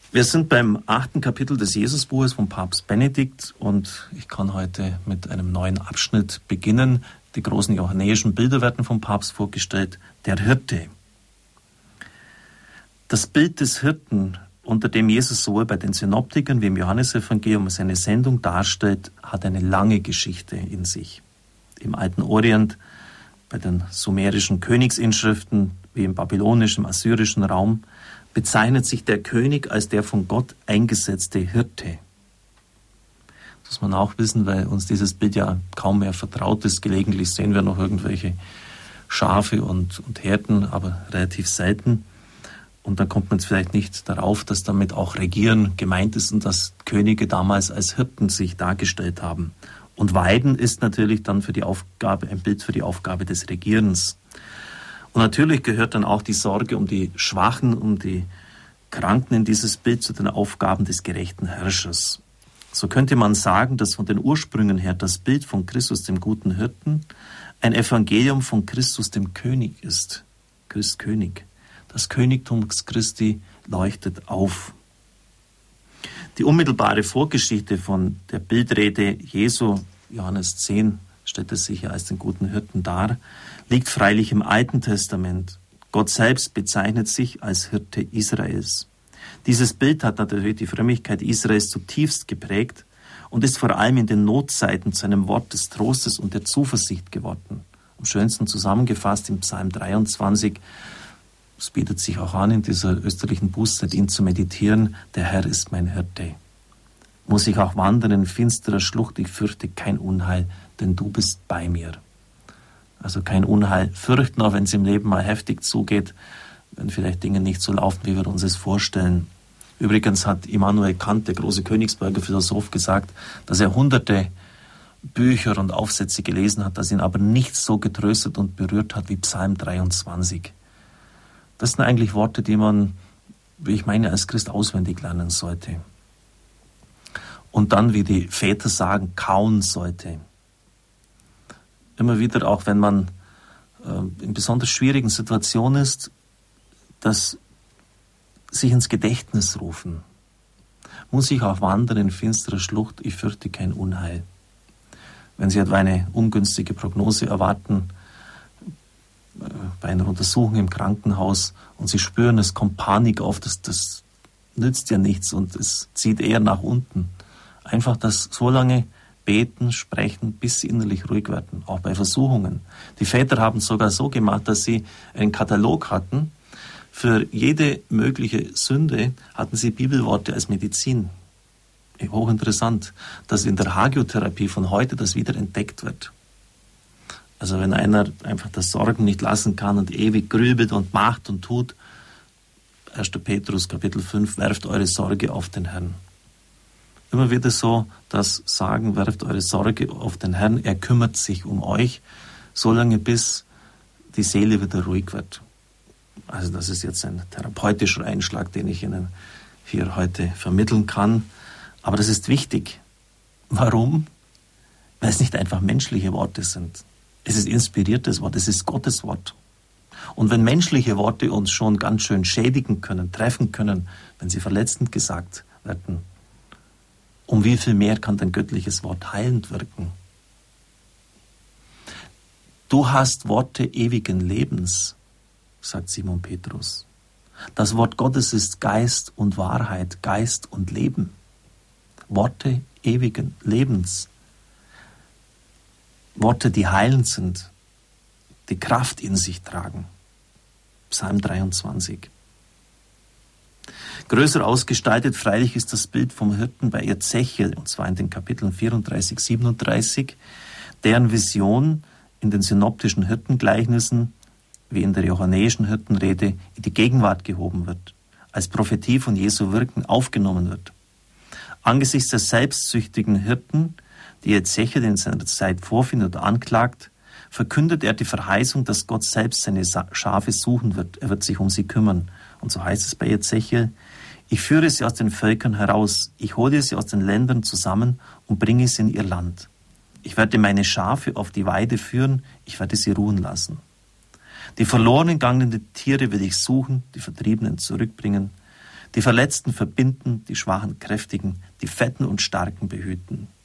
Wir sind beim 8. Kapitel des Jesusbuches von Papst Benedikt und ich kann heute mit einem neuen Abschnitt beginnen. Die großen johannäischen Bilder werden vom Papst vorgestellt. Der Hirte. Das Bild des Hirten, unter dem Jesus sowohl bei den Synoptikern wie im Johannesevangelium seine Sendung darstellt, hat eine lange Geschichte in sich. Im alten Orient, bei den sumerischen Königsinschriften wie im babylonischen, assyrischen Raum, bezeichnet sich der König als der von Gott eingesetzte Hirte. Das muss man auch wissen, weil uns dieses Bild ja kaum mehr vertraut ist. Gelegentlich sehen wir noch irgendwelche Schafe und Herden, aber relativ selten. Und dann kommt man jetzt vielleicht nicht darauf, dass damit auch Regieren gemeint ist und dass Könige damals als Hirten sich dargestellt haben. Und Weiden ist natürlich dann für die Aufgabe, ein Bild für die Aufgabe des Regierens. Und natürlich gehört dann auch die Sorge um die Schwachen, um die Kranken in dieses Bild zu den Aufgaben des gerechten Herrschers. So könnte man sagen, dass von den Ursprüngen her das Bild von Christus, dem guten Hirten, ein Evangelium von Christus, dem König ist. Christ König. Das Königtum Christi leuchtet auf. Die unmittelbare Vorgeschichte von der Bildrede Jesu, Johannes 10, stellt es sich ja als den guten Hirten dar, liegt freilich im Alten Testament. Gott selbst bezeichnet sich als Hirte Israels. Dieses Bild hat natürlich die Frömmigkeit Israels zutiefst geprägt und ist vor allem in den Notzeiten zu einem Wort des Trostes und der Zuversicht geworden. Am schönsten zusammengefasst im Psalm 23, es bietet sich auch an, in dieser österlichen Bußzeit ihn zu meditieren, der Herr ist mein Hirte. Muss ich auch wandern in finsterer Schlucht, ich fürchte kein Unheil, denn du bist bei mir. Also kein Unheil fürchten, auch wenn es im Leben mal heftig zugeht, wenn vielleicht Dinge nicht so laufen, wie wir uns es vorstellen. Übrigens hat Immanuel Kant, der große Königsberger Philosoph, gesagt, dass er hunderte Bücher und Aufsätze gelesen hat, dass ihn aber nichts so getröstet und berührt hat wie Psalm 23. Das sind eigentlich Worte, die man, wie ich meine, als Christ auswendig lernen sollte. Und dann, wie die Väter sagen, kauen sollte. Immer wieder, auch wenn man in besonders schwierigen Situationen ist, dass sich ins Gedächtnis rufen. Muss ich auch wandern in finsterer Schlucht, ich fürchte kein Unheil. Wenn Sie etwa eine ungünstige Prognose erwarten, bei einer Untersuchung im Krankenhaus und Sie spüren, es kommt Panik auf, das nützt ja nichts und es zieht eher nach unten. Einfach das so lange beten, sprechen, bis sie innerlich ruhig werden, auch bei Versuchungen. Die Väter haben es sogar so gemacht, dass sie einen Katalog hatten. Für jede mögliche Sünde hatten sie Bibelworte als Medizin. Hochinteressant, dass in der Hagiotherapie von heute das wieder entdeckt wird. Also wenn einer einfach das Sorgen nicht lassen kann und ewig grübelt und macht und tut, 1. Petrus Kapitel 5, werft eure Sorge auf den Herrn. Immer wieder so das Sagen, werft eure Sorge auf den Herrn, er kümmert sich um euch, solange bis die Seele wieder ruhig wird. Also das ist jetzt ein therapeutischer Einschlag, den ich Ihnen hier heute vermitteln kann. Aber das ist wichtig. Warum? Weil es nicht einfach menschliche Worte sind. Es ist inspiriertes Wort, es ist Gottes Wort. Und wenn menschliche Worte uns schon ganz schön schädigen können, treffen können, wenn sie verletzend gesagt werden, um wie viel mehr kann dein göttliches Wort heilend wirken? Du hast Worte ewigen Lebens, sagt Simon Petrus. Das Wort Gottes ist Geist und Wahrheit, Geist und Leben. Worte ewigen Lebens. Worte, die heilend sind, die Kraft in sich tragen. Psalm 23. Größer ausgestaltet freilich ist das Bild vom Hirten bei Ezechiel, und zwar in den Kapiteln 34, 37, deren Vision in den synoptischen Hirtengleichnissen, wie in der johannäischen Hirtenrede, in die Gegenwart gehoben wird, als Prophetie von Jesu Wirken aufgenommen wird. Angesichts der selbstsüchtigen Hirten, die Ezechiel in seiner Zeit vorfindet und anklagt, verkündet er die Verheißung, dass Gott selbst seine Schafe suchen wird. Er wird sich um sie kümmern. Und so heißt es bei Ezechiel, ich führe sie aus den Völkern heraus, ich hole sie aus den Ländern zusammen und bringe sie in ihr Land. Ich werde meine Schafe auf die Weide führen, ich werde sie ruhen lassen. Die verloren gegangenen Tiere will ich suchen, die Vertriebenen zurückbringen. Die Verletzten verbinden, die Schwachen kräftigen, die Fetten und Starken behüten.